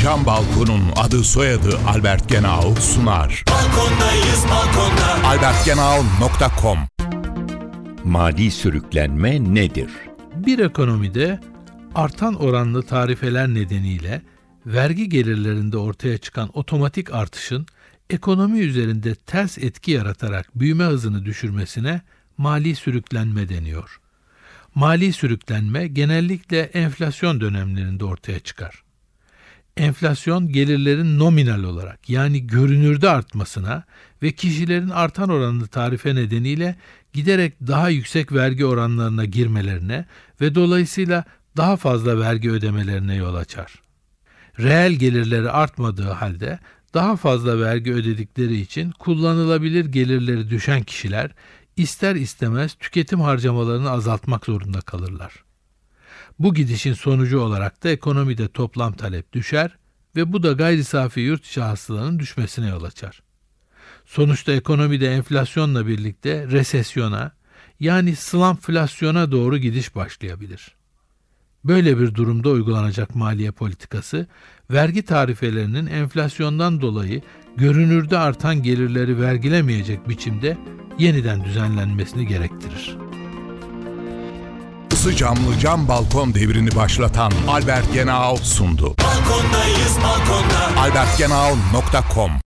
Cam Balkon'un adı soyadı Albert Genau sunar. Balkondayız balkonda. albertgenau.com. Mali sürüklenme nedir? Bir ekonomide artan oranlı tarifeler nedeniyle vergi gelirlerinde ortaya çıkan otomatik artışın ekonomi üzerinde ters etki yaratarak büyüme hızını düşürmesine mali sürüklenme deniyor. Mali sürüklenme genellikle enflasyon dönemlerinde ortaya çıkar. Enflasyon gelirlerin nominal olarak yani görünürde artmasına ve kişilerin artan oranlı tarife nedeniyle giderek daha yüksek vergi oranlarına girmelerine ve dolayısıyla daha fazla vergi ödemelerine yol açar. Reel gelirleri artmadığı halde daha fazla vergi ödedikleri için kullanılabilir gelirleri düşen kişiler ister istemez tüketim harcamalarını azaltmak zorunda kalırlar. Bu gidişin sonucu olarak da ekonomide toplam talep düşer ve bu da gayri safi yurt içi hasılanın düşmesine yol açar. Sonuçta ekonomide enflasyonla birlikte resesyona yani slumflasyona doğru gidiş başlayabilir. Böyle bir durumda uygulanacak maliye politikası, vergi tarifelerinin enflasyondan dolayı görünürde artan gelirleri vergilemeyecek biçimde yeniden düzenlenmesini gerektirir. Isı camlı cam balkon devrini başlatan Albert Genau sundu. Balkondayız balkonda. albertgenau.com